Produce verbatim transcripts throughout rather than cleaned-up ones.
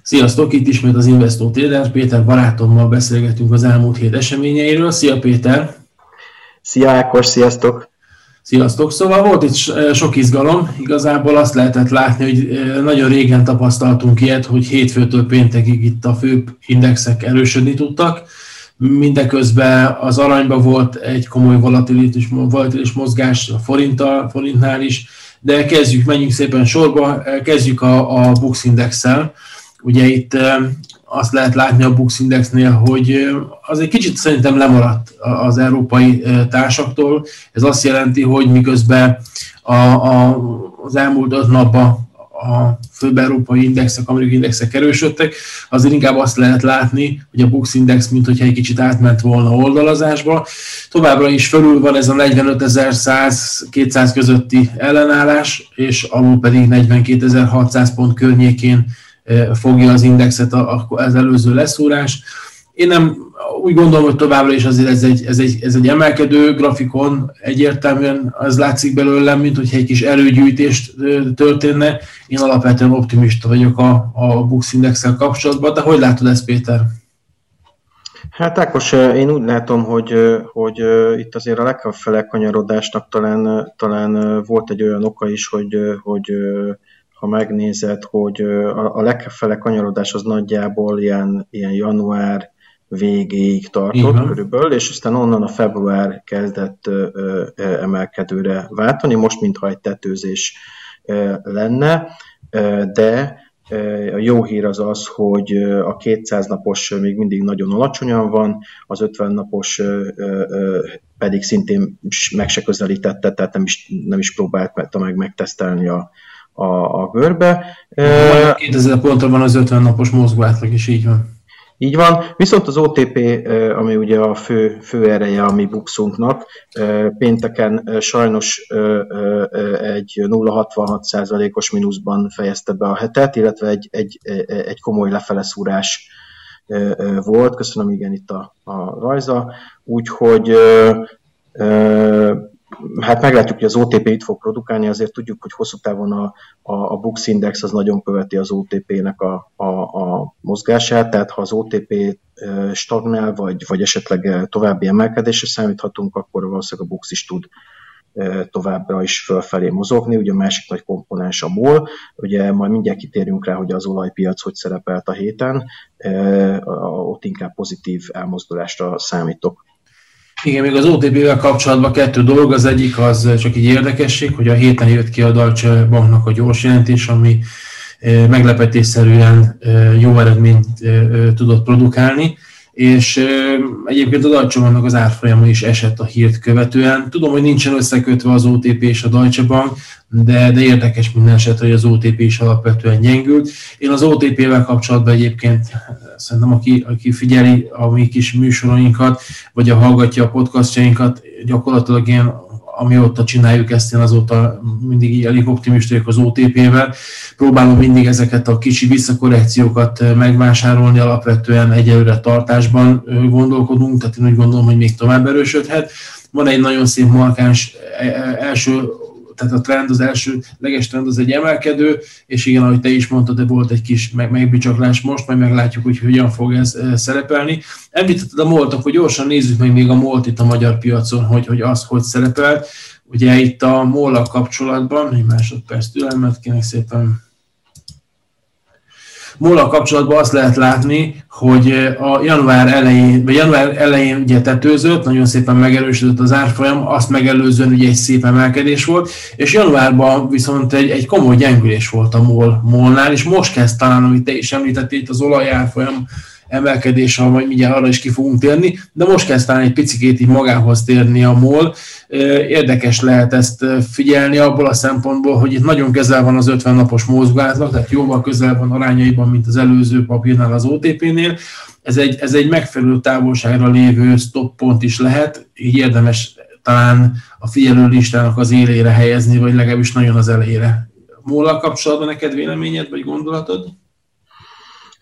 Sziasztok, itt ismét az Investor Trader, Péter barátommal beszélgetünk az elmúlt hét eseményeiről. Szia Péter! Szia Ákos, sziasztok! Sziasztok! Szóval volt itt sok izgalom, igazából azt lehetett látni, hogy nagyon régen tapasztaltunk ilyet, hogy hétfőtől péntekig itt a főbb indexek erősödni tudtak. Mindeközben az aranyban volt egy komoly volatilis, volatilis mozgás a forinttal, forintnál is, de kezdjük, menjünk szépen sorba, kezdjük a, a Bux Index-szel. Ugye itt azt lehet látni a Bux Indexnél, hogy az egy kicsit szerintem lemaradt az európai társaktól. Ez azt jelenti, hogy miközben a, a, az elmúlt öt napban a főbb európai indexek, amerikai indexek erősödtek, azért inkább azt lehet látni, hogy a Bux Index, mintha egy kicsit átment volna oldalazásba. Továbbra is fölül van ez a negyvenötezer-száz-kétszáz közötti ellenállás, és alul pedig negyvenkétezer-hatszáz pont környékén fogja az indexet az előző leszúrás. Én nem úgy gondolom, hogy továbbra is azért ez egy, ez egy, ez egy emelkedő grafikon, egyértelműen az látszik belőlem, mint hogyha egy kis erőgyűjtés történne. Én alapvetően optimista vagyok a, a Bux Index-szel kapcsolatban, de hogy látod ezt, Péter? Hát Ákos, én úgy látom, hogy, hogy itt azért a legfele kanyarodásnak talán, talán volt egy olyan oka is, hogy, hogy ha megnézed, hogy a legfele kanyarodás az nagyjából ilyen, ilyen január végéig tartott Igen. körülbelül, és aztán onnan a február kezdett emelkedőre váltani, most mintha egy tetőzés lenne, de a jó hír az az, hogy a kétszáz napos még mindig nagyon alacsonyan van, az ötven napos pedig szintén meg se közelítette, tehát nem is, nem is próbálta meg megtesztelni a A, a görbe. kétezer pontra van az ötven napos mozgóátlag is, így van. Így van, viszont az o té pé, ami ugye a fő, fő ereje a mi Buxunknak, pénteken sajnos egy nulla egész hatvanhat százalékos mínuszban fejezte be a hetet, illetve egy, egy, egy komoly lefeleszúrás volt, köszönöm, igen, itt a, a rajza, úgyhogy hát meglátjuk, hogy az o té pé itt fog produkálni, azért tudjuk, hogy hosszú távon a, a, a Bux Index az nagyon követi az o té pének a, a, a mozgását, tehát ha az o té pé stagnál, vagy, vagy esetleg további emelkedésre számíthatunk, akkor valószínűleg a Bux is tud továbbra is fölfelé mozogni. Ugye a másik nagy komponens a MOL, ugye majd mindjárt kitérünk rá, hogy az olajpiac hogy szerepelt a héten, ott inkább pozitív elmozdulásra számítok. Igen, még az o té pével kapcsolatban kettő dolog, az egyik az csak egy érdekesség, hogy a héten jött ki a Deutsche Banknak a gyors jelentés, ami meglepetésszerűen jó eredményt tudott produkálni, és egyébként a Deutsche Banknak az árfolyama is esett a hírt követően. Tudom, hogy nincsen összekötve az o té pé és a Deutsche Bank, de, de érdekes minden esetre, hogy az o té pé is alapvetően gyengült. Én az o té pével kapcsolatban egyébként szerintem, aki, aki figyeli a mi kis műsoroinkat, vagy a hallgatja a podcastjainkat, gyakorlatilag én amióta csináljuk ezt, én azóta mindig így elég optimista vagyok az o té pével. Próbálom mindig ezeket a kicsi visszakorrekciókat megvásárolni, alapvetően egyelőre tartásban gondolkodunk, tehát én úgy gondolom, hogy még tovább erősödhet. Van egy nagyon szép markáns első, tehát a trend, az első leges trend az egy emelkedő, és igen, ahogy te is mondtad, de volt egy kis meg, megbicsaklás most, majd meglátjuk, hogy hogyan fog ez szerepelni. Említetted a MOL-t, akkor gyorsan nézzük meg még a MOL-t itt a magyar piacon, hogy, hogy az hogy szerepelt. Ugye itt a MOL-al kapcsolatban, egy másodperc türelmet kérek szépen. MOL-al kapcsolatban azt lehet látni, hogy a január elején, vagy január elején ugye tetőzött, nagyon szépen megerősödött az árfolyam, azt megelőzően ugye egy szép emelkedés volt, és januárban viszont egy, egy komoly gyengülés volt a MOL, MOL-nál, és most kezd talán, amit te is említettél, itt az olajárfolyam emelkedése, majd mindjárt arra is ki fogunk térni, de most kezd talán egy picikét így magához térni a MOL. Érdekes lehet ezt figyelni abból a szempontból, hogy itt nagyon közel van az ötven napos mozgóátlag, tehát jóval közel van arányaiban, mint az előző papírnál az o té pénél. Ez egy, ez egy megfelelő távolságra lévő stop pont is lehet, így érdemes talán a figyelő listának az élére helyezni, vagy legalábbis nagyon az elejére. MOL-al kapcsolatban neked véleményed, vagy gondolatod?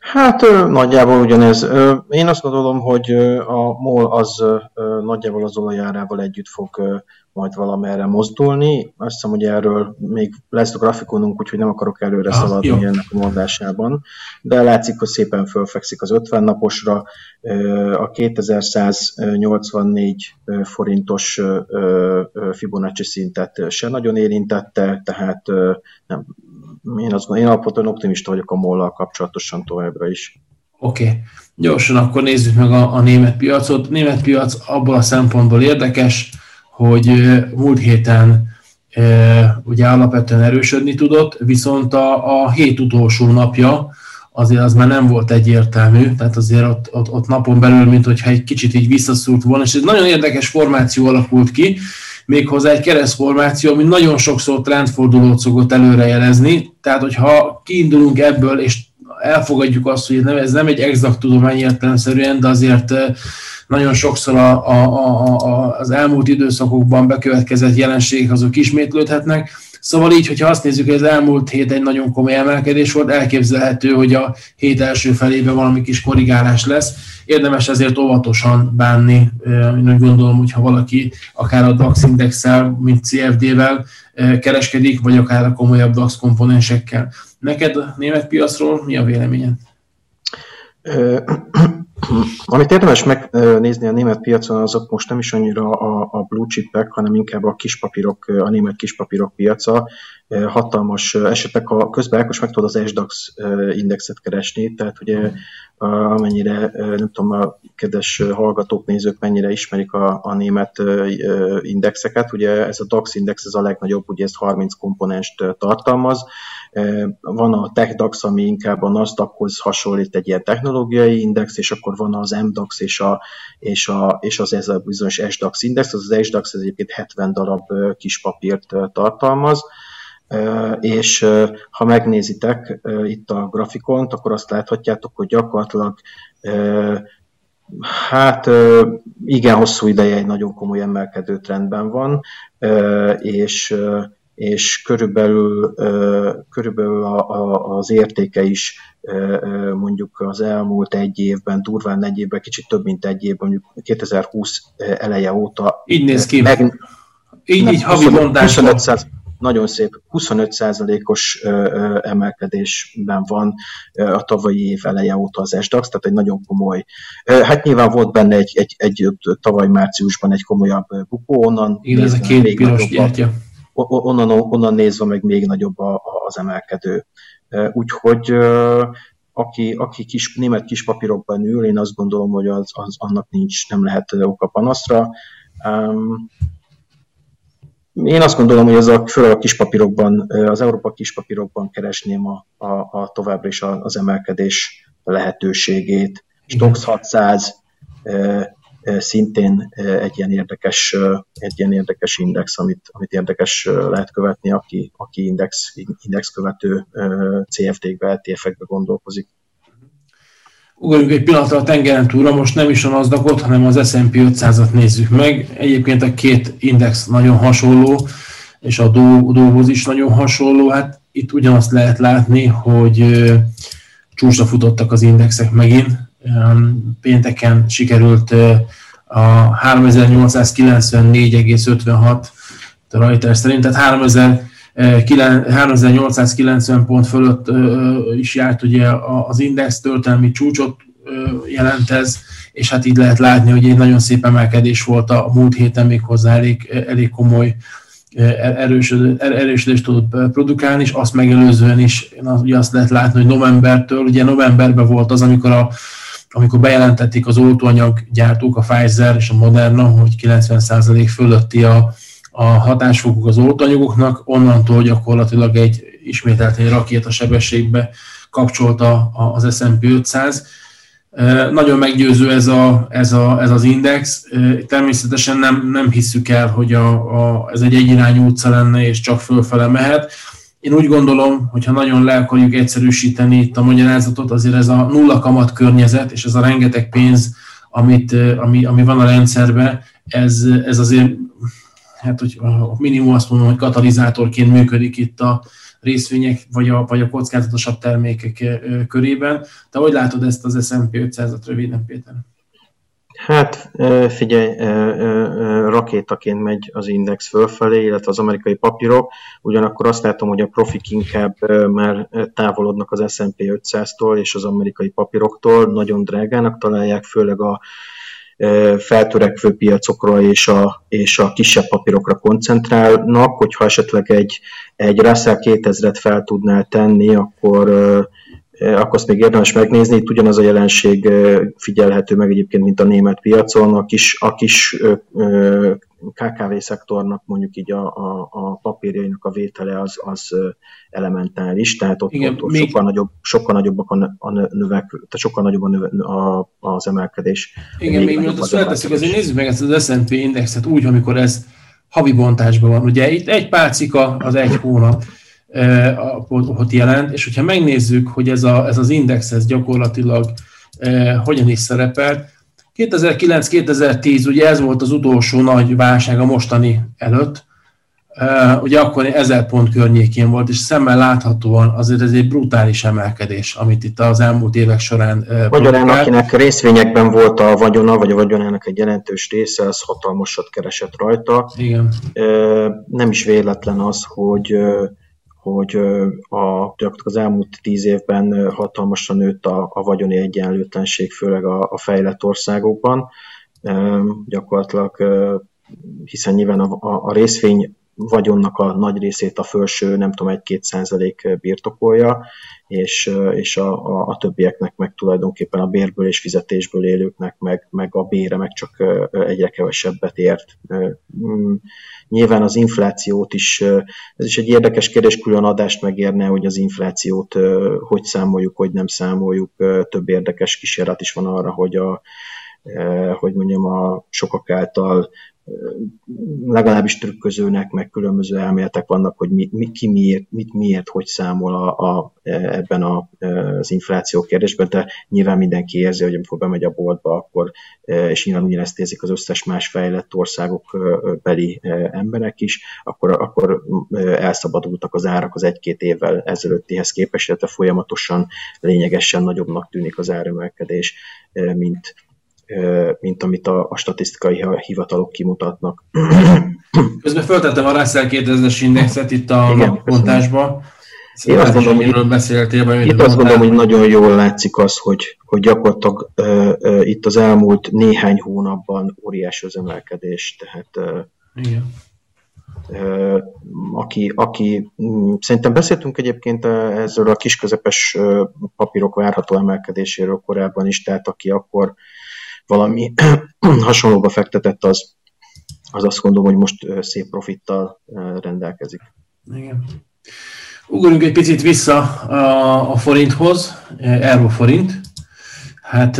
Hát nagyjából ugyanez. Én azt gondolom, hogy a MOL az nagyjából az olajárával együtt fog majd valamerre mozdulni. Azt hiszem, hogy erről még lesz a grafikonunk, úgyhogy nem akarok előre ah, szaladni jó. ennek a mondásában. De látszik, hogy szépen fölfekszik az ötven naposra. A kétezer-száznyolcvannégy forintos Fibonacci szintet se nagyon érintette, tehát nem, én, azt, én alapvetően optimista vagyok a MOL-lal kapcsolatosan továbbra is. Oké, okay. Gyorsan akkor nézzük meg a, a német piacot. A német piac abból a szempontból érdekes, hogy múlt héten e, ugye alapvetően erősödni tudott, viszont a, a hét utolsó napja azért az már nem volt egyértelmű, tehát azért ott, ott, ott napon belül, mint hogyha egy kicsit így visszaszúrt volna, és ez nagyon érdekes formáció alakult ki, méghozzá egy keresztformáció, ami nagyon sokszor trendfordulót szokott előrejelezni, tehát hogyha kiindulunk ebből, és elfogadjuk azt, hogy ez nem egy exakt tudomány értelemszerűen, de azért nagyon sokszor a, a, a, a, az elmúlt időszakokban bekövetkezett jelenségek azok ismétlődhetnek. Szóval így, hogyha azt nézzük, hogy az elmúlt hét egy nagyon komoly emelkedés volt, elképzelhető, hogy a hét első felében valami kis korrigálás lesz. Érdemes ezért óvatosan bánni. Én úgy gondolom, hogy ha valaki akár a DAX indexel, mint cé ef dé-vel kereskedik, vagy akár a komolyabb DAX komponensekkel. Neked a német piacról mi a véleményed? Amit érdemes megnézni a német piacon, azok most nem is annyira a, a blue chipek, hanem inkább a kispapírok, a német kispapírok piaca. Hatalmas esetek, a közben Ákos meg tudod az SDAX indexet keresni, tehát ugye amennyire, nem tudom, a kedves hallgatók, nézők mennyire ismerik a, a német indexeket, ugye ez a DAX index, ez a legnagyobb, ugye ez harminc komponenst tartalmaz. Van a TechDAX, ami inkább a Nasdaqhoz hasonlít, egy ilyen technológiai index, és akkor van az em dax és, a, és, a, és az ez a bizonyos SDAX index. Az az SDAX ez egyébként hetven darab kis papírt tartalmaz, és ha megnézitek itt a grafikont, akkor azt láthatjátok, hogy gyakorlatilag hát igen hosszú ideje egy nagyon komoly emelkedő trendben van, és és körülbelül, körülbelül a, a, az értéke is mondjuk az elmúlt egy évben, durván egy évben, kicsit több mint egy évben, mondjuk kétezer-húsz eleje óta. Így néz ki. Meg, így, nem, így havi mondásban. Nagyon szép, huszonöt százalékos emelkedésben van a tavalyi év eleje óta az SDAX, tehát egy nagyon komoly. Hát nyilván volt benne egy, egy, egy tavaly márciusban egy komolyabb bukó, onnan. Igen, ez a két piros gyertya. Onnan, onnan nézve meg még nagyobb a, az emelkedő. Úgyhogy aki, aki kis, német kis papírokban ül, én azt gondolom, hogy az, az annak nincs, nem lehet oka panaszra. Én azt gondolom, hogy ez a, főleg a kispapírokban, az Európa kispapírokban keresném a, a, a továbbra is az emelkedés lehetőségét. STOXX hatszáz szintén egy ilyen érdekes, egy ilyen érdekes index, amit, amit érdekes lehet követni, aki, aki index, index követő cé ef dé-kbe, é té ef-ekbe gondolkozik. Ugorjunk egy pillanatra a tengeren túlra, most nem is a Nasdaqot, hanem az es and pé ötszázat nézzük meg. Egyébként a két index nagyon hasonló, és a Dowhoz is nagyon hasonló. Hát itt ugyanazt lehet látni, hogy csúcsra futottak az indexek megint. Pénteken sikerült a háromezer-nyolcszázkilencvennégy egész ötvenhat a Reuters szerint, tehát háromezer-nyolcszázkilencven pont fölött is járt ugye az index, történelmi csúcsot jelent ez, és hát így lehet látni, hogy egy nagyon szép emelkedés volt a múlt héten, méghozzá elég, elég komoly erősödést tudott produkálni, és azt megelőzően is ugye azt lehet látni, hogy novembertől, ugye novemberben volt az, amikor a amikor bejelentették az oltóanyaggyártók, a Pfizer és a Moderna, hogy kilencven százalék fölötti a, a hatásfokuk az oltóanyagoknak, onnantól gyakorlatilag egy ismételt egy rakétasebességbe kapcsolta az es and pé ötszáz. Nagyon meggyőző ez, a, ez, a, ez az index. Természetesen nem, nem hisszük el, hogy a, a, ez egy egyirányú utca lenne, és csak fölfele mehet. Én úgy gondolom, hogyha nagyon le akarjuk egyszerűsíteni itt a magyarázatot, azért ez a nulla kamat környezet, és ez a rengeteg pénz, amit, ami, ami van a rendszerben, ez, ez azért hát hogy a minimum azt mondom, hogy katalizátorként működik itt a részvények, vagy a, vagy a kockázatosabb termékek körében. Te hogy látod ezt az es and pé ötszázat röviden, Péter? Hát figyelj, rakétaként megy az index fölfelé, illetve az amerikai papírok, ugyanakkor azt látom, hogy a profik inkább már távolodnak az es and pé ötszáztól és az amerikai papíroktól, nagyon drágának találják, főleg a feltörekvő piacokra és a, és a kisebb papírokra koncentrálnak, hogyha esetleg egy, egy Russell kétezret fel tudnál tenni, akkor akkor azt még érdemes megnézni. Itt ugyanaz a jelenség figyelhető meg egyébként, mint a német piacon. A kis, a kis ká ká vé szektornak mondjuk így a, a, a papírjainak a vétele az, az elementális, tehát ott, igen, ott, ott még... sokkal, nagyobb, sokkal nagyobbak a, a növek, tehát sokkal nagyobb a növe, a, az emelkedés. Igen, még mielőtt azt feltesszük, azért nézzük meg ezt az es and pé indexet úgy, amikor ez havi bontásban van. Ugye itt egy pálcika az egy hónap, ott jelent, és hogyha megnézzük, hogy ez, a, ez az index ez gyakorlatilag eh, hogyan is szerepelt. kétezer-kilenc kétezer-tíz, ugye ez volt az utolsó nagy válság a mostani előtt, eh, ugye akkor ezer pont környékén volt, és szemmel láthatóan azért ez egy brutális emelkedés, amit itt az elmúlt évek során eh, Magyarán, akinek részvényekben volt a vagyona, vagy a vagyonának egy jelentős része, az hatalmasat keresett rajta. Igen. Eh, nem is véletlen az, hogy hogy a, az elmúlt tíz évben hatalmasan nőtt a, a vagyoni egyenlőtlenség, főleg a, a fejlett országokban. E, gyakorlatilag, hiszen nyilván a, a, a részvény vagyonnak a nagy részét a felső, nem tudom, egy-két százalék birtokolja, és, és a, a, a többieknek meg tulajdonképpen a bérből és fizetésből élőknek meg, meg a bére meg csak egyre kevesebbet ért. Nyilván az inflációt is, ez is egy érdekes kérdés, külön adást megérne, hogy az inflációt hogy számoljuk, hogy nem számoljuk. Több érdekes kísérlet is van arra, hogy a, hogy mondjam, a sokak által legalábbis trükközőnek, meg különböző elméletek vannak, hogy mi, mi, ki miért, mit miért, hogy számol a, a, ebben a, az infláció kérdésben, de nyilván mindenki érzi, hogy amikor bemegy a boltba, akkor, és nyilván ugyanezt érzik az összes más fejlett országok beli emberek is, akkor, akkor elszabadultak az árak az egy-két évvel ezelőttihez képest, illetve folyamatosan lényegesen nagyobbnak tűnik az áremelkedés, mint mint amit a, a statisztikai hivatalok kimutatnak. Közben föltettem a Russell kétezres indexet itt a pontásba. Én azt gondolom, hogy, beszéltél, itt azt gondolom, hogy nagyon jól látszik az, hogy, hogy gyakorlatilag uh, uh, itt az elmúlt néhány hónapban óriási az emelkedés, tehát uh, igen. Uh, aki, aki um, szerintem beszéltünk egyébként ezzel a kisközepes uh, papírok várható emelkedéséről korábban is, tehát aki akkor valami hasonlóba fektetett, az, az azt gondolom, hogy most szép profittal rendelkezik. Igen. Ugorjunk egy picit vissza a, a forinthoz, euró-forint. Hát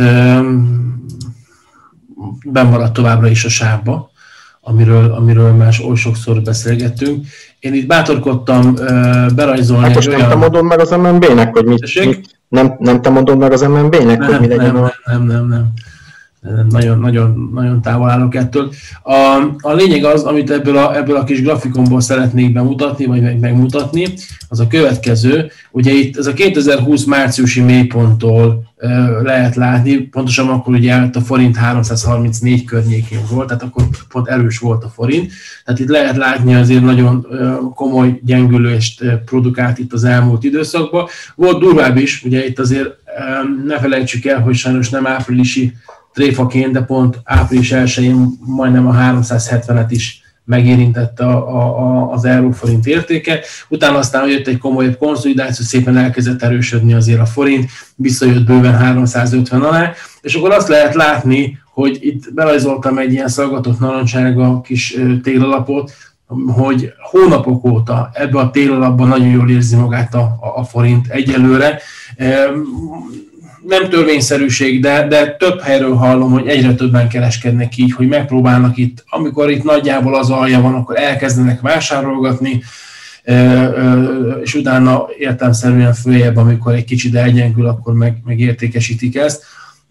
bennmaradt továbbra is a sávba, amiről, amiről már oly sokszor beszélgettünk. Én itt bátorkodtam berajzolni. Hát most nem olyan... te mondod meg az em en bé-nek, hogy mit, mit nem, nem te mondod meg az em en bé-nek, nem, hogy mi legyen nem, a... Nem, nem, nem. Nagyon, nagyon, nagyon távol állok ettől. A, a lényeg az, amit ebből a, ebből a kis grafikonból szeretnék bemutatni, vagy meg, megmutatni, az a következő. Ugye itt ez a kétezer-húsz márciusi mélyponttól e, lehet látni, pontosan akkor ugye a forint háromszázharmincnégy környékén volt, tehát akkor pont erős volt a forint. Tehát itt lehet látni azért nagyon e, komoly gyengülést e, produkált itt az elmúlt időszakban. Volt durvább is, ugye itt azért e, ne felejtsük el, hogy sajnos nem áprilisi tréfaként, de pont április elsején majdnem a háromszázhetvenet is megérintette a, a, az euróforint értéke. Utána aztán jött egy komolyabb konszolidáció, szépen elkezdett erősödni azért a forint, visszajött bőven háromszázötven alá, és akkor azt lehet látni, hogy itt berajzoltam egy ilyen szaggatott narancssárga kis téglalapot, hogy hónapok óta ebbe a téglalapban nagyon jól érzi magát a, a, a forint egyelőre. Nem törvényszerűség, de, de több helyről hallom, hogy egyre többen kereskednek így, hogy megpróbálnak itt, amikor itt nagyjából az alja van, akkor elkezdenek vásárolgatni, és utána értelemszerűen följebb, amikor egy kicsit elgyengül, akkor meg, meg értékesítik ezt.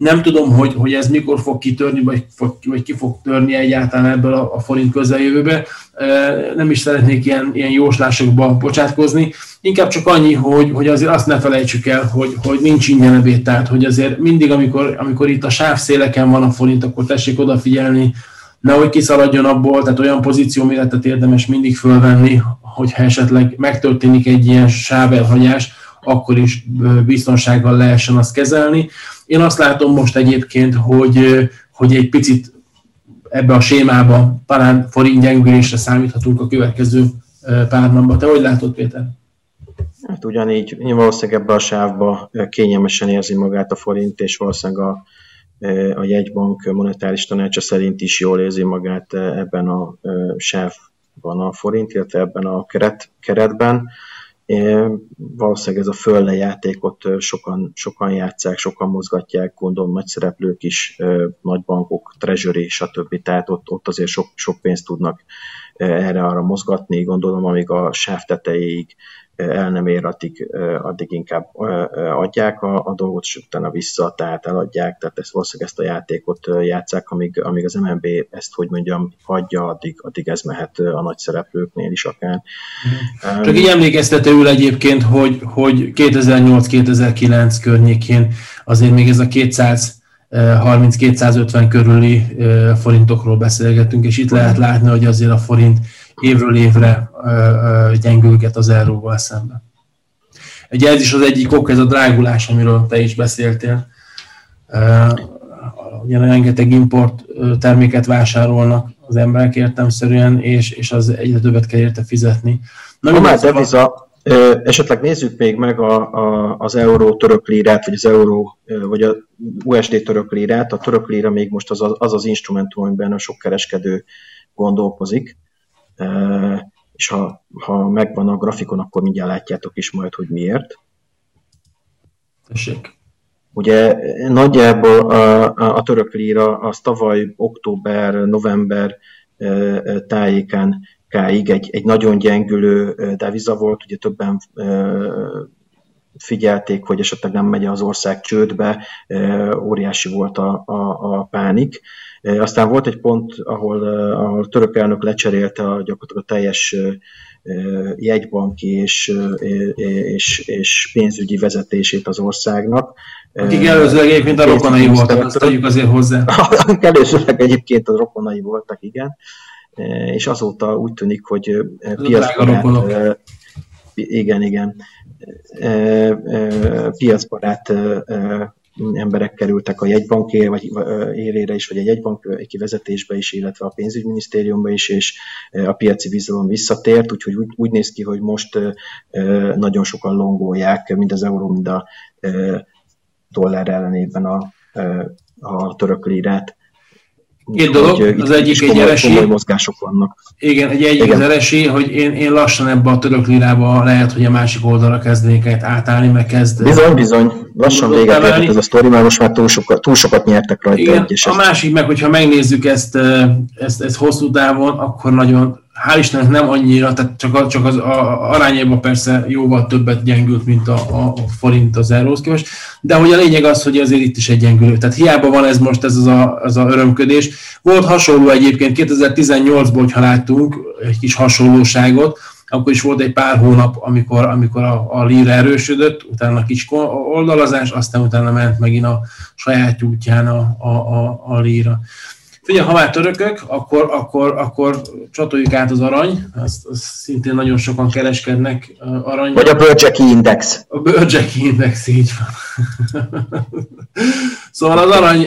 Nem tudom, hogy, hogy ez mikor fog kitörni, vagy, vagy ki fog törni egyáltalán ebből a, a forint közeljövőbe. Nem is szeretnék ilyen, ilyen jóslásokba bocsátkozni. Inkább csak annyi, hogy, hogy azért azt ne felejtsük el, hogy, hogy nincs ingyen ebéd. Tehát, hogy azért mindig, amikor, amikor itt a sávszéleken van a forint, akkor tessék odafigyelni, nehogy kiszaladjon abból, tehát olyan pozícióméretet érdemes mindig fölvenni, hogyha esetleg megtörténik egy ilyen sávelhagyás, akkor is biztonsággal lehessen azt kezelni. Én azt látom most egyébként, hogy, hogy egy picit ebbe a sémába talán forint gyengülésre számíthatunk a következő pár napban. Te hogy látod, Péter? Hát ugyanígy, valószínűleg ebbe a sávba kényelmesen érzi magát a forint, és valószínűleg a, a jegybank monetáris tanácsa szerint is jól érzi magát ebben a sávban a forint, illetve ebben a keret, keretben. Valószínűleg ez a fölle játékot sokan, sokan játsszák, sokan mozgatják, gondolom nagy szereplők is, nagy bankok, treasury, stb. Tehát ott, ott azért sok, sok pénzt tudnak erre-arra mozgatni, gondolom, amíg a sáv tetejéig el nem ér, addig, addig inkább adják a, a dolgot, és utána vissza, tehát eladják, tehát ezt valószínűleg ezt a játékot játsszák, amíg, amíg az em en bé ezt, hogy mondjam, hagyja, addig, addig ez mehet a nagy szereplőknél is akár. Csak um, így emlékeztetőül egyébként, hogy, hogy kétezer-nyolc kétezer-kilenc környékén azért még ez a kétszázharminc-kétszázötven körüli forintokról beszélgetünk, és itt lehet látni, hogy azért a forint évről évre gyengülget az euróval szemben. Ugye ez is az egyik ok, ez a drágulás, amiről te is beszéltél. Ugye rengeteg import terméket vásárolnak az emberek értelemszerűen, és, és az egyre többet kell érte fizetni. Na, már deviza, esetleg nézzük még meg a, a, az euró török lírát, vagy az euró, vagy a u es dé török lírát. A török líra még most az az, az, az instrumentum, amiben a sok kereskedő gondolkozik. Uh, és ha, ha megvan a grafikon, akkor mindjárt látjátok is majd, hogy miért. Tessék. Ugye nagyjából a, a, a török líra az tavaly október, november uh, tájékán káig egy, egy nagyon gyengülő uh, deviza volt, ugye többen uh, figyelték, hogy esetleg nem megy az ország csődbe, uh, óriási volt a, a, a pánik. Aztán volt egy pont, ahol, ahol a török elnök lecserélte a, gyakorlatilag a teljes jegybanki és, és, és pénzügyi vezetését az országnak. Akik előzőleg egyébként a rokonai voltak, azt tegyük azért hozzá. Előzőleg egyébként a rokonai voltak, igen. És azóta úgy tűnik, hogy piacbarát, igen, igen, piacbarát emberek kerültek a jegybank élére is, vagy a jegybank kivezetésbe is, illetve a pénzügyminisztériumba is, és a piaci bizalom visszatért, úgyhogy úgy, úgy néz ki, hogy most nagyon sokan longolják, mind az euró, mind a dollár ellenében a, a török lírát. Két dolog, hogy az egyik komoly, egy esély. Komoly mozgások vannak. Igen, egy egyik Igen. az esély, hogy én, én lassan ebbe a török lirába lehet, hogy a másik oldalra kezdnék átállni, meg kezd... Bizony, bizony. Lassan véget érhet ez a sztori, mert most már túl sokat, túl sokat nyertek rajta. Igen, a másik meg, hogyha megnézzük ezt, ezt, ezt hosszú távon, akkor nagyon, hál' Istennek nem annyira, tehát csak, a, csak az a, arányában persze jóval többet gyengült, mint a, a forint az euróhoz képest, de hogy a lényeg az, hogy azért itt is egy gyengülő. Tehát hiába van ez most ez az a, az a örömködés. Volt hasonló egyébként kétezer-tizennyolcban, hogyha láttunk egy kis hasonlóságot, akkor is volt egy pár hónap, amikor, amikor a, a líra erősödött, utána kis oldalazás, aztán utána ment megint a saját útján a, a, a, a líra. Figyelj, ha már törökök, akkor, akkor, akkor csatoljuk át az arany, azt, azt szintén nagyon sokan kereskednek arany. Vagy a Börcseki Index. A Börcseki Index, így van. Szóval az arany,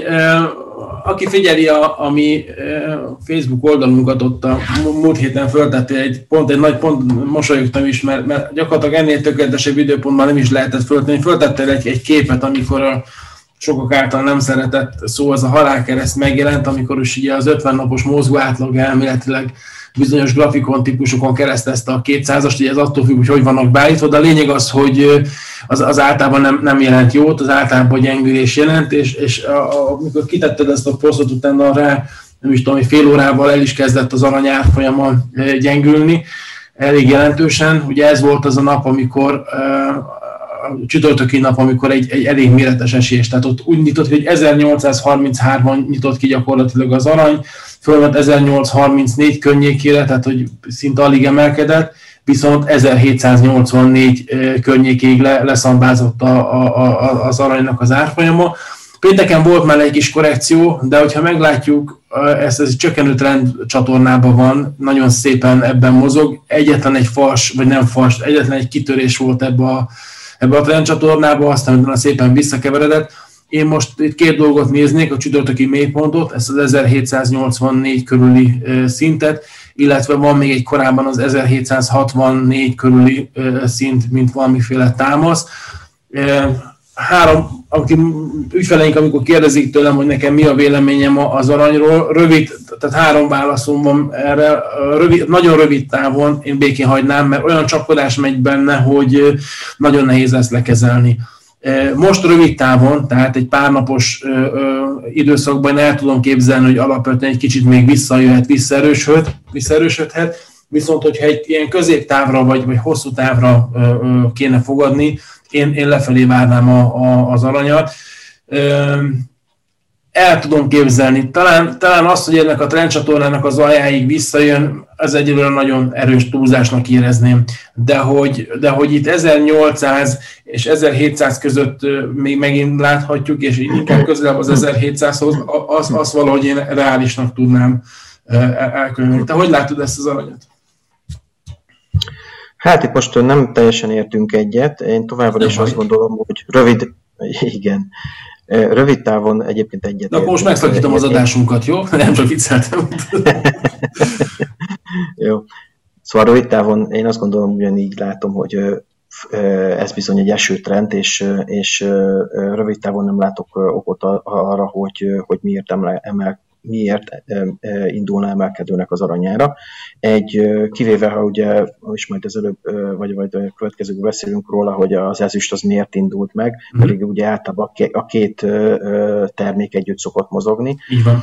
aki figyeli a, a mi Facebook oldalunkat, ott a múlt héten föltettél egy pont, egy nagy pont, mosolyogtam is, mert, mert gyakorlatilag ennél tökéletesebb időpontban nem is lehetett föltenni. Föltettél egy, egy képet, amikor a sokak által nem szeretett szó, az a halálkereszt megjelent, amikor is ugye az ötven napos mozgó átlag elméletileg bizonyos grafikon típusokon keresztezte a kétszázast, ugye ez attól függ, hogy hogy vannak beállítva, de a lényeg az, hogy az, az általában nem, nem jelent jót, az általában gyengülés jelent, és, és a, a, amikor kitetted ezt a posztot, utána rá, nem is tudom, hogy fél órával el is kezdett az arany árfolyama gyengülni, elég jelentősen. Ugye ez volt az a nap, amikor csütörtöki nap, amikor egy, egy elég méretes esés, tehát ott úgy nyitott, hogy ezernyolcszázharminchárom nyitott ki gyakorlatilag az arany, fölment ezernyolcszázharmincnégy környékére, tehát hogy szinte alig emelkedett, viszont ezerhétszáznyolcvannégy környékéig le, leszambázott a, a, a, az aranynak az árfolyama. Pénteken volt már egy kis korrekció, de hogyha meglátjuk, ez, ez egy csökkenő trend csatornában van, nagyon szépen ebben mozog. Egyetlen egy fals, vagy nem fals, egyetlen egy kitörés volt ebbe a, ebbe a trend csatornában, aztán utána szépen visszakeveredett. Én most itt két dolgot néznék, a csütörtöki mélypontot, ezt az ezerhétszáznyolcvannégy körüli szintet, illetve van még egy korábban az ezerhétszázhatvannégy körüli szint, mint valamiféle támasz. Három, akik ügyfeleink, amikor kérdezik tőlem, hogy nekem mi a véleményem az aranyról, rövid, tehát három válaszom van erre, rövid, nagyon rövid távon én békén hagynám, mert olyan csapkodás megy benne, hogy nagyon nehéz lesz lekezelni. Most rövid távon, tehát egy párnapos időszakban el tudom képzelni, hogy alapvetően egy kicsit még visszajöhet, visszaerősödhet, visszaerősödhet, viszont hogyha egy ilyen középtávra vagy, vagy hosszú távra kéne fogadni, én, én lefelé várnám a, a, az aranyat. El tudom képzelni. Talán, talán azt, hogy ennek a trendcsatornának az aljáig visszajön, az egyelőre nagyon erős túlzásnak érezném. De hogy, de hogy itt ezernyolcszáz és ezerhétszáz között még megint láthatjuk, és inkább közelebb az ezerhétszázhoz, azt az valahogy én reálisnak tudnám elkönyvelni. Te hogy látod ezt az aranyat? Hát itt most nem teljesen értünk egyet. Én továbbra is azt gondolom, hogy rövid, igen, rövid távon egyébként egyet. Na, akkor most megszakítom az adásunkat, jó? Nem csak vicceltem. Jó. Szóval rövid távon én azt gondolom, ugyanígy látom, hogy ez bizony egy esőtrend, és, és rövid távon nem látok okot arra, hogy, hogy miért emel, miért indulna emelkedőnek az aranyára. Egy, kivéve, ha ugye, is majd az előbb, vagy, vagy a következőben beszélünk róla, hogy az ezüst az miért indult meg, mm. pedig ugye általában a két termék együtt szokott mozogni. Így van.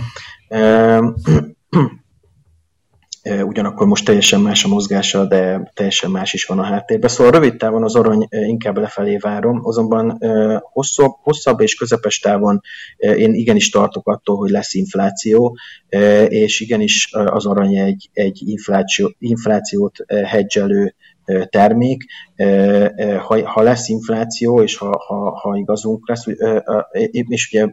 Ugyanakkor most teljesen más a mozgása, de teljesen más is van a háttérben. Szóval rövid távon az arany inkább lefelé várom, azonban hosszabb, hosszabb és közepes távon én igenis tartok attól, hogy lesz infláció, és igenis az arany egy, egy infláció, inflációt hedgelő termék. Ha, ha lesz infláció, és ha, ha, ha igazunk lesz, és ugye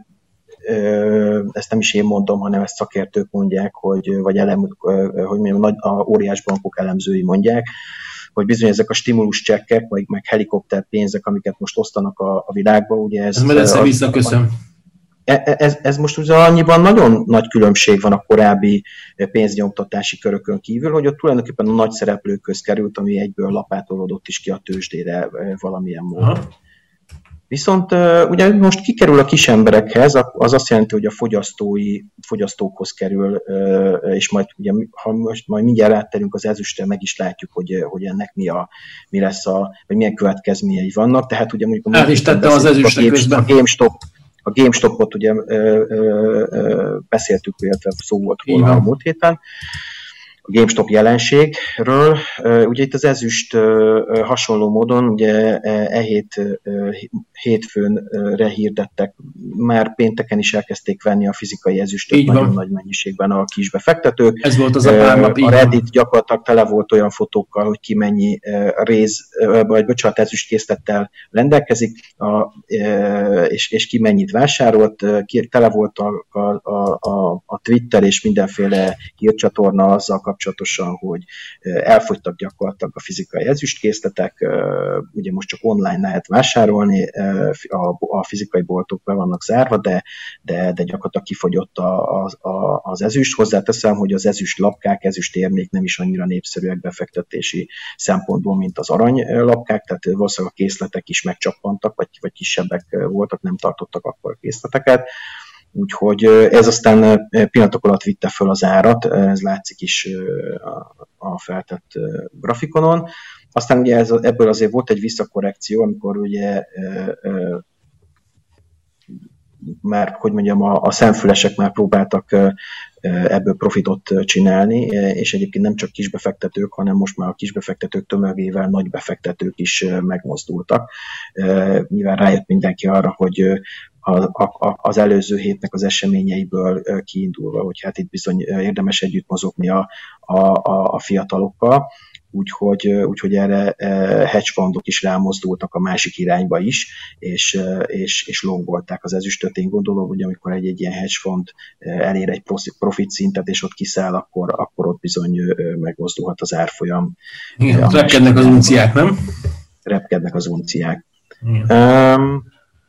ezt nem is én mondom, hanem ezt szakértők mondják, hogy, vagy elem, hogy mondjam, nagy, a óriás bankok elemzői mondják, hogy bizony ezek a stimulus csekkek, vagy meg helikopter pénzek, amiket most osztanak a, a világba, ugye ez... Ez egyszer visszaköszön. Ez, ez most ugye annyiban nagyon nagy különbség van a korábbi pénznyomtatási körökön kívül, hogy ott tulajdonképpen a nagy szereplőkhöz került, ami egyből lapátolódott is ki a tőzsdére valamilyen módon. Aha. Viszont ugye most kikerül a kis emberekhez, az azt jelenti, hogy a fogyasztói, fogyasztókhoz kerül, és majd, ugye, ha most majd mindjárt átterünk az ezüstre, meg is látjuk, hogy, hogy ennek mi, a, mi lesz a, vagy milyen következményei vannak. Tehát ugye mondjuk át is tettem az ezüstre közben. A GameStop, a GameStopot ugye ö, ö, ö, beszéltük, illetve szó volt volna a múlt héten. A GameStop jelenségről. Ugye itt az ezüst hasonló módon, ugye e hét hétfőnre hirdettek, már pénteken is elkezdték venni a fizikai ezüstöt nagyon nagy mennyiségben a kisbefektetők. Ez volt az a pár nap, a Reddit gyakorlatilag tele volt olyan fotókkal, hogy ki mennyi réz, vagy bocsánat, ezüstkészlettel rendelkezik, a, és, és ki mennyit vásárolt. Ki, tele volt a, a, a, a Twitter és mindenféle hírcsatorna azzal kapcsolatosan, hogy elfogytak gyakorlatilag a fizikai ezüstkészletek, ugye most csak online lehet vásárolni, a, a fizikai boltok be vannak zárva, de, de, de gyakorlatilag kifogyott a, a, az ezüst. Hozzáteszem, hogy az ezüst lapkák, ezüst érmék nem is annyira népszerűek befektetési szempontból, mint az arany lapkák, tehát valószínűleg a készletek is megcsappantak, vagy, vagy kisebbek voltak, nem tartottak akkor a készleteket. Úgyhogy ez aztán pillanatok alatt vitte föl az árat, ez látszik is a feltett grafikonon. Aztán ugye ez, ebből azért volt egy visszakorrekció, amikor ugye már, hogy mondjam, a, a szemfülesek már próbáltak ebből profitot csinálni, és egyébként nem csak kisbefektetők, hanem most már a kisbefektetők tömegével nagy befektetők is megmozdultak. Nyilván rájött mindenki arra, hogy a, a, az előző hétnek az eseményeiből kiindulva, hogy hát itt bizony érdemes együtt mozogni a, a, a fiatalokkal, úgyhogy, úgyhogy erre hedge fundok is rámozdultak a másik irányba is, és, és, és longolták az ezüstöt. Én gondolom, hogy amikor egy, egy ilyen hedge fund elér egy profit szintet, és ott kiszáll, akkor, akkor ott bizony megmozdulhat az árfolyam. Igen, repkednek az unciák, nem? Repkednek az unciák. Igen. Um,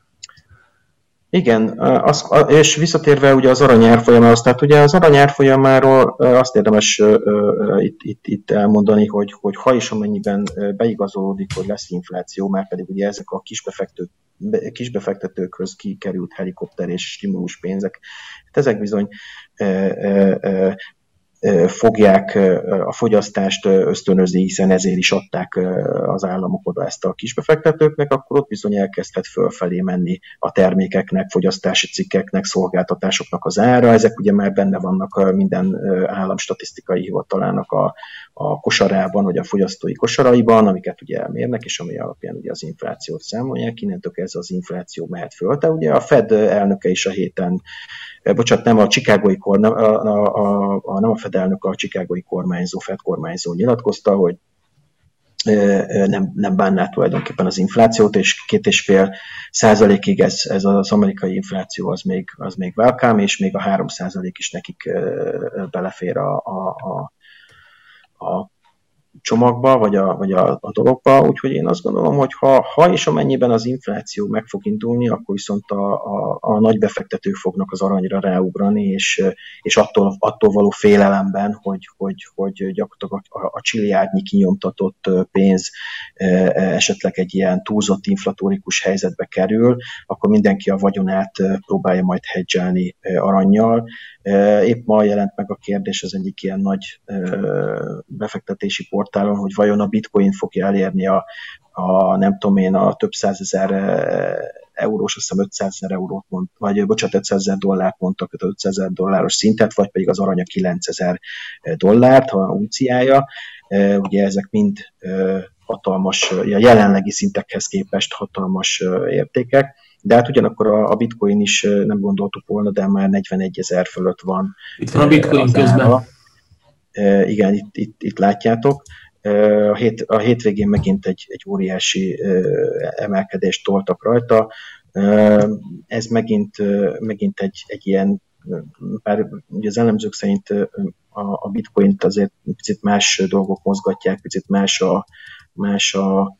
Igen, az, és visszatérve ugye az arany árfolyamához, tehát ugye az arany árfolyamáról azt érdemes uh, itt, itt, itt elmondani, hogy, hogy ha és amennyiben beigazolódik, hogy lesz infláció, már pedig ugye ezek a kisbefektetők, kisbefektetőkhöz kikerült helikopter és stimulus pénzek, hát ezek bizony uh, uh, uh, fogják a fogyasztást ösztönözni, hiszen ezért is adták az államok oda ezt a kisbefektetőknek, akkor ott bizony elkezdhet fölfelé menni a termékeknek, fogyasztási cikkeknek, szolgáltatásoknak az ára. Ezek ugye már benne vannak minden állam statisztikai hivatalának a, a kosarában, vagy a fogyasztói kosaraiban, amiket ugye elmérnek, és ami alapján ugye az inflációt számolják. Innentől ez az infláció mehet föl. De ugye a Fed elnöke is a héten, bocsánat, nem a chicagói kormány, a, a, a, nem a Fed elnöke, a chicagói kormányzó, Fed kormányzó nyilatkozta, hogy nem, nem bánná tulajdonképpen az inflációt, és két és fél százalékig ez, ez az amerikai infláció az még, az még welcome, és még a három százalék is nekik belefér a, a, a, a csomagba, vagy a, vagy a, a dologba, úgyhogy én azt gondolom, hogy ha, ha és amennyiben az infláció meg fog indulni, akkor viszont a, a, a nagy befektetők fognak az aranyra ráugrani, és, és attól, attól való félelemben, hogy, hogy, hogy gyakorlatilag a, a csilliárdnyi kinyomtatott pénz esetleg egy ilyen túlzott inflatórikus helyzetbe kerül, akkor mindenki a vagyonát próbálja majd hedgelni arannyal. Épp ma jelent meg a kérdés az egyik ilyen nagy befektetési portálon, hogy vajon a bitcoin fogja elérni a, a nem tudom én, a több százezer eurós, azt hiszem ötszázezer eurót mond, vagy bocsánat, ötszázezer dollárt mondtak, ötszázezer dolláros szintet, vagy pedig az arany a kilencezer dollárt, ha unciája. Ugye ezek mind hatalmas, a jelenlegi szintekhez képest hatalmas értékek, de hát ugyanakkor a, a bitcoin is nem gondoltuk volna, de már negyvenegyezer fölött van. Itt van a bitcoin közben. Igen, itt, itt, itt látjátok. A, hét, a hétvégén megint egy, egy óriási emelkedést toltak rajta. Ez megint, megint egy, egy ilyen, bár ugye az elemzők szerint a, a bitcoint azért picit más dolgok mozgatják, picit más a, más a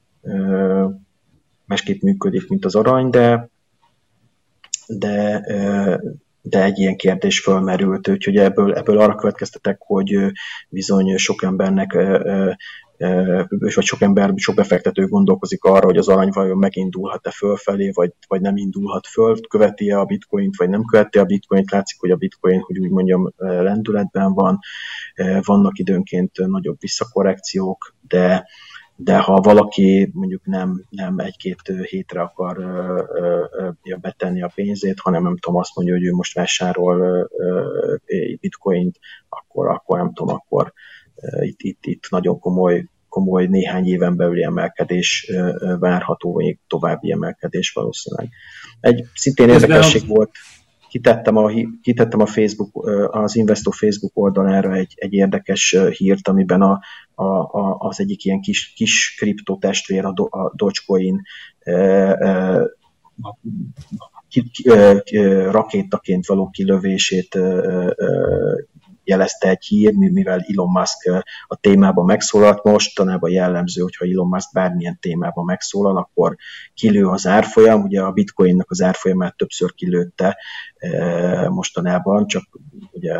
másképp működik, mint az arany, de, de, de egy ilyen kérdés fölmerült, úgyhogy ebből, ebből arra következtetek, hogy bizony sok embernek, vagy sok ember, sok befektető gondolkozik arra, hogy az arany vajon megindulhat-e fölfelé, vagy, vagy nem indulhat föl, követi-e a bitcoint, vagy nem követi a bitcoint. Látszik, hogy a bitcoin, hogy úgy mondjam, lendületben van, vannak időnként nagyobb visszakorrekciók, de de ha valaki mondjuk nem, nem egy-két hétre akar ö, ö, ö, betenni a pénzét, hanem nem tudom, azt mondja, hogy ő most vásárol ö, ö, bitcoint, akkor, akkor nem tudom, akkor ö, itt, itt, itt nagyon komoly, komoly néhány éven belüli emelkedés ö, ö, várható, vagy további emelkedés valószínűleg. Egy szintén érdekesség volt, Kitettem a, kitettem a Facebook, az Investor Facebook oldalára egy, egy érdekes hírt, amiben a, a, a, az egyik ilyen kis, kis kriptotestvér, a, Do, a Dogecoin e, e, ki, ki, e, rakétaként való kilövését e, e, jelezte egy hír, mivel Elon Musk a témában megszólalt. Mostanában jellemző, hogyha Elon Musk bármilyen témában megszólal, akkor kilő az árfolyam. Ugye a bitcoinnak az árfolyamát többször kilőtte mostanában, csak ugye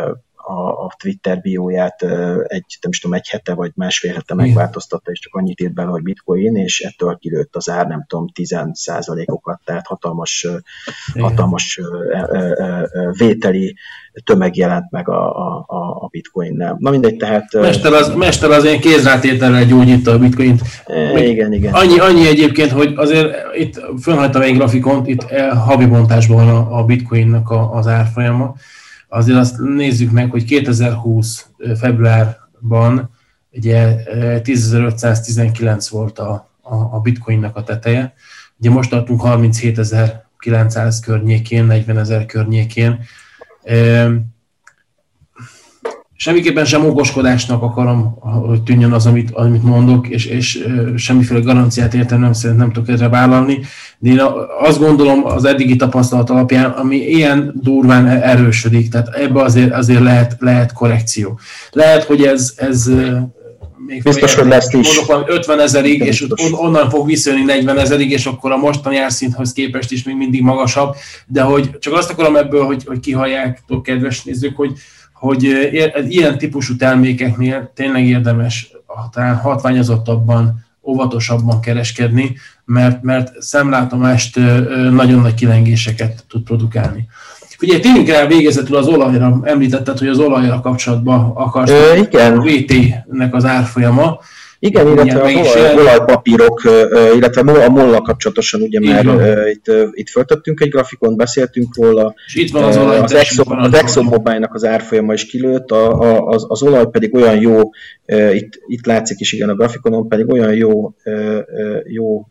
a, a Twitter bióját egy, nem is tudom, egy hete vagy másfél hete megváltoztatta, és csak annyit írt bele, hogy bitcoin, és ettől kilőtt az ár, nem tudom, tíz százalékokat, tehát hatalmas, hatalmas vételi tömeg jelent meg a, a, a bitcoinnál. Na mindegy, tehát... Mester az, mester az ilyen kézrátételrel gyógyítta a bitcoint. E, igen, igen. Annyi, annyi egyébként, hogy azért itt fölhagytam egy grafikont, itt havi bontásban van a, a bitcoinnak a, az árfolyama. Azért azt nézzük meg, hogy kétezer-húsz februárban ugye tízezer-ötszáztizenkilenc volt a, a, a bitcoinnak a teteje. Ugye most tartunk harminchétezer-kilencszáz környékén, negyvenezer környékén. Semmiképpen sem okoskodásnak akarom, hogy tűnjön az, amit, amit mondok, és, és semmiféle garanciát értem nem szeretném, nem tudok erre vállalni, de én azt gondolom az eddigi tapasztalat alapján, ami ilyen durván erősödik, tehát ebbe azért, azért lehet, lehet korrekció. Lehet, hogy ez, ez még biztos, hogy lesz is. Mondok valami ötvenezerig, és onnan fog visszajönni negyvenezerig, és akkor a mostani árszinthoz képest is még mindig magasabb, de hogy csak azt akarom ebből, hogy, hogy kihallják, kedves nézők, hogy hogy ilyen típusú termékeknél tényleg érdemes talán hatványozottabban, óvatosabban kereskedni, mert, mert szemlátomást nagyon nagy kilengéseket tud produkálni. Ugye tényleg rá végezetül az olajra, említetted, hogy az olajra kapcsolatban akarsz a vé té-nek az árfolyama. Igen, illetve az olaj, olajpapírok, illetve a mollal kapcsolatosan ugye már itt, itt föltettünk egy grafikon, beszéltünk róla. És itt van az olaj. Az Exxon, az Exxon Mobil-nak az árfolyama is kilőtt, a, a, az, az olaj pedig olyan jó, itt, itt látszik is igen a grafikonon, pedig olyan jó, jó,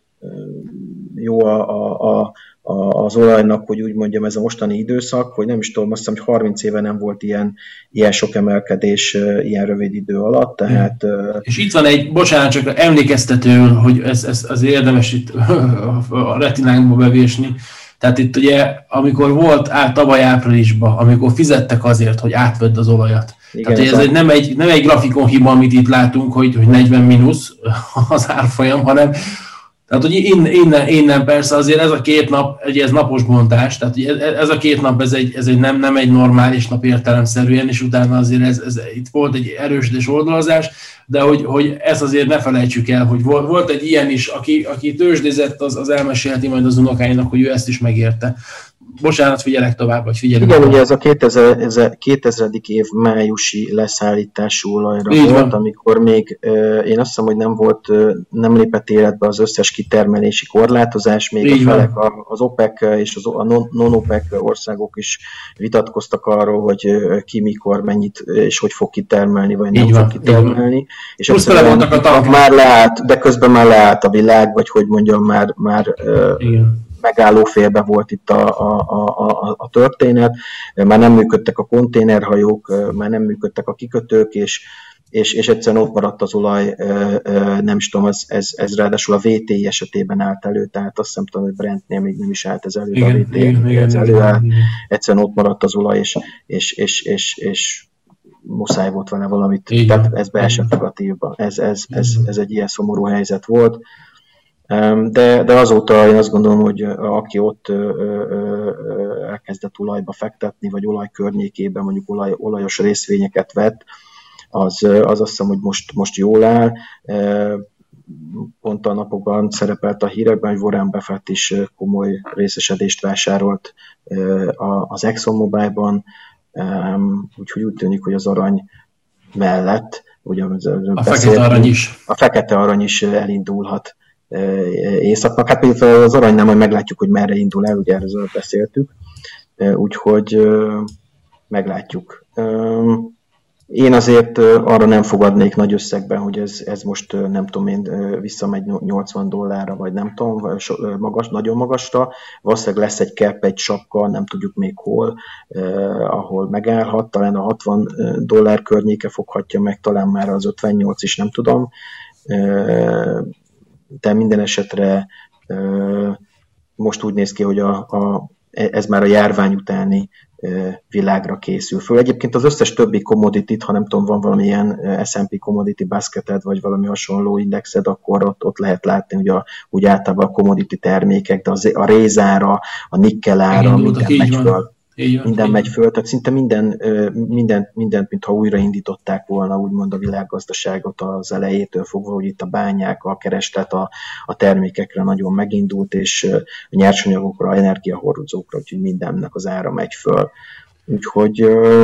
jó a, a, a az olajnak, hogy úgy mondjam, ez a mostani időszak, hogy nem is tudom, azt hiszem, hogy harminc éve nem volt ilyen, ilyen sok emelkedés ilyen rövid idő alatt, tehát... És itt van egy, bocsánat, csak emlékeztető, hogy ez, ez az érdemes itt a retinánkba bevésni, tehát itt ugye, amikor volt át tavaly áprilisban, amikor fizettek azért, hogy átvedd az olajat. Igen, tehát ez, ez a... nem, egy, nem egy grafikon hiba, amit itt látunk, hogy, hogy negyven mínusz az árfolyam, hanem tehát, hogy innen, innen, innen persze azért ez a két nap, ugye ez napos bontás, tehát ez a két nap, ez egy, ez egy nem, nem egy normális nap értelemszerűen, és utána azért ez, ez, itt volt egy erősödés oldalazás, de hogy, hogy ezt azért ne felejtsük el, hogy volt, volt egy ilyen is, aki, aki tőzsdézett, az, az elmesélheti majd az unokáinak, hogy ő ezt is megérte. Bocsánat, figyelek tovább, vagy figyelünk. Igen, ugye ez a kétezredik év májusi leszállítású olajra így volt, van. Amikor még én azt hiszem, hogy nem volt, nem lépett életbe az összes kitermelési korlátozás, még így a felek, van. Az OPEC és az, a non-OPEC országok is vitatkoztak arról, hogy ki mikor, mennyit és hogy fog kitermelni, vagy így nem van, fog kitermelni. És egyszerűen már leállt, de közben már leállt a világ, vagy hogy mondjam, már, már megálló félbe volt itt a, a, a, a történet, már nem működtek a konténerhajók, már nem működtek a kikötők, és, és, és egyszerűen ott maradt az olaj, nem is tudom, ez, ez, ez ráadásul a vé té esetében állt elő, tehát azt hiszem, tudom, hogy Brentnél még nem is állt ez elő, igen, a vé té igen, ez igen, előállt, igen. Egyszerűen ott maradt az olaj, és, és, és, és, és muszáj volt vele valamit, igen, tehát ez beesett negatívba, ez, ez, ez, ez egy ilyen szomorú helyzet volt. De, de azóta én azt gondolom, hogy aki ott elkezdett olajba fektetni, vagy olaj környékében mondjuk olaj, olajos részvényeket vett, az, az azt hiszem, hogy most, most jól áll. Pont a napokban szerepelt a hírekben, hogy Warren Buffett is komoly részesedést vásárolt az Exxon Mobil-ban, úgyhogy úgy tűnik, hogy az arany mellett, ugye a fekete arany is. A fekete arany is elindulhat éjszaknak. Hát például az arany nem, majd meglátjuk, hogy merre indul el, ugye erről beszéltük, úgyhogy meglátjuk. Én azért arra nem fogadnék nagy összegben, hogy ez, ez most nem tudom én visszamegy nyolcvan dollárra, vagy nem tudom, magas, nagyon magasra. Valószínűleg lesz egy cap, egy sapka, nem tudjuk még hol, eh, ahol megállhat, talán a hatvan dollár környéke foghatja meg, talán már az ötvennyolc is, nem tudom. Eh, de minden esetre eh, most úgy néz ki, hogy a, a, ez már a járvány utáni világra készül föl. Egyébként az összes többi commodity-t, ha nem tudom, van valamilyen es and pé Commodity Basketed, vagy valami hasonló indexed, akkor ott, ott lehet látni, hogy a, úgy általában a commodity termékek, de az, a rézára, a nikkelára, minden megy föl. Igen, minden igen. megy föl, tehát szinte minden, mindent, mindent, mintha újraindították volna, úgymond a világgazdaságot az elejétől fogva, hogy itt a bányák, a kereslet a, a termékekre nagyon megindult, és a nyersanyagokra, energiahordozókra, úgyhogy mindennek az ára megy föl. Úgyhogy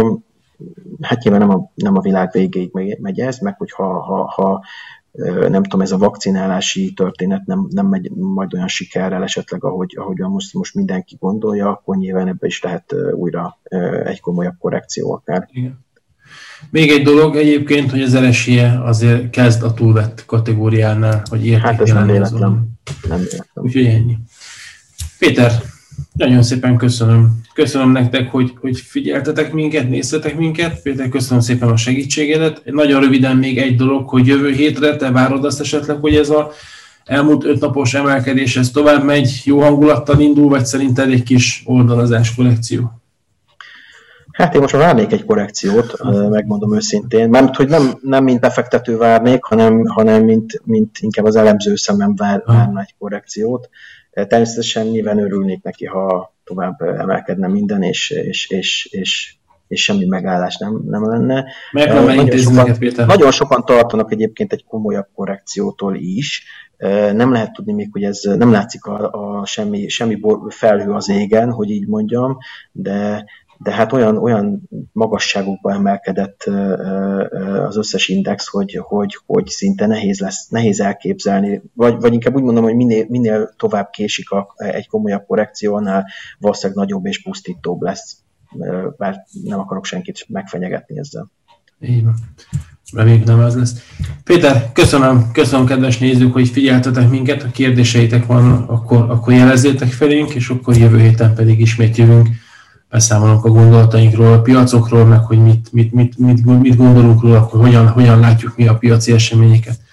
hát nyilván nem a, nem a világ végéig megy ez, meg hogy ha, ha, ha nem tudom, ez a vakcinálási történet nem, nem megy majd olyan sikerrel esetleg, ahogy, ahogy most, most mindenki gondolja, akkor nyilván ebbe is lehet újra egy komolyabb korrekció akár. Igen. Még egy dolog egyébként, hogy az er es i e azért kezd a túlvett kategóriánál, hogy érték. Hát ez nem véletlen. Nem véletlen. Úgyhogy ennyi. Péter, nagyon szépen köszönöm. Köszönöm nektek, hogy, hogy figyeltetek minket, néztetek minket. Péter, köszönöm szépen a segítségedet. Nagyon röviden még egy dolog, hogy jövő hétre te várod azt esetleg, hogy ez az elmúlt öt napos emelkedés ez tovább megy, jó hangulattal indul, vagy szerinted egy kis oldalazás korrekció? Hát én most várnék egy korrekciót, megmondom őszintén. Mert hogy nem, nem mint befektető várnék, hanem, hanem mint, mint inkább az elemző szemem vár, várna egy korrekciót. Természetesen nyilván örülnék neki, ha tovább emelkedne minden, és, és, és, és, és semmi megállás nem, nem lenne. Meg nem nagyon, sokan, nagyon sokan tartanak egyébként egy komolyabb korrekciótól is. Nem lehet tudni még, hogy ez nem látszik a, a semmi, semmi felhő az égen, hogy így mondjam, de de hát olyan, olyan magasságokba emelkedett az összes index, hogy, hogy, hogy szinte nehéz lesz, nehéz elképzelni, vagy, vagy inkább úgy mondom, hogy minél, minél tovább késik a, egy komolyabb korrekció, annál valószínűleg nagyobb és pusztítóbb lesz, bár nem akarok senkit megfenyegetni ezzel. Így van. Reméljük nem ez lesz. Péter, köszönöm, köszönöm kedves nézők, hogy figyeltetek minket, ha kérdéseitek van, akkor, akkor jelezzétek felénk, és akkor jövő héten pedig ismét jövünk, beszámolunk a gondolatainkról, a piacokról, meg hogy mit, mit, mit, mit, mit gondolunk róla, akkor hogyan, hogyan látjuk mi a piaci eseményeket.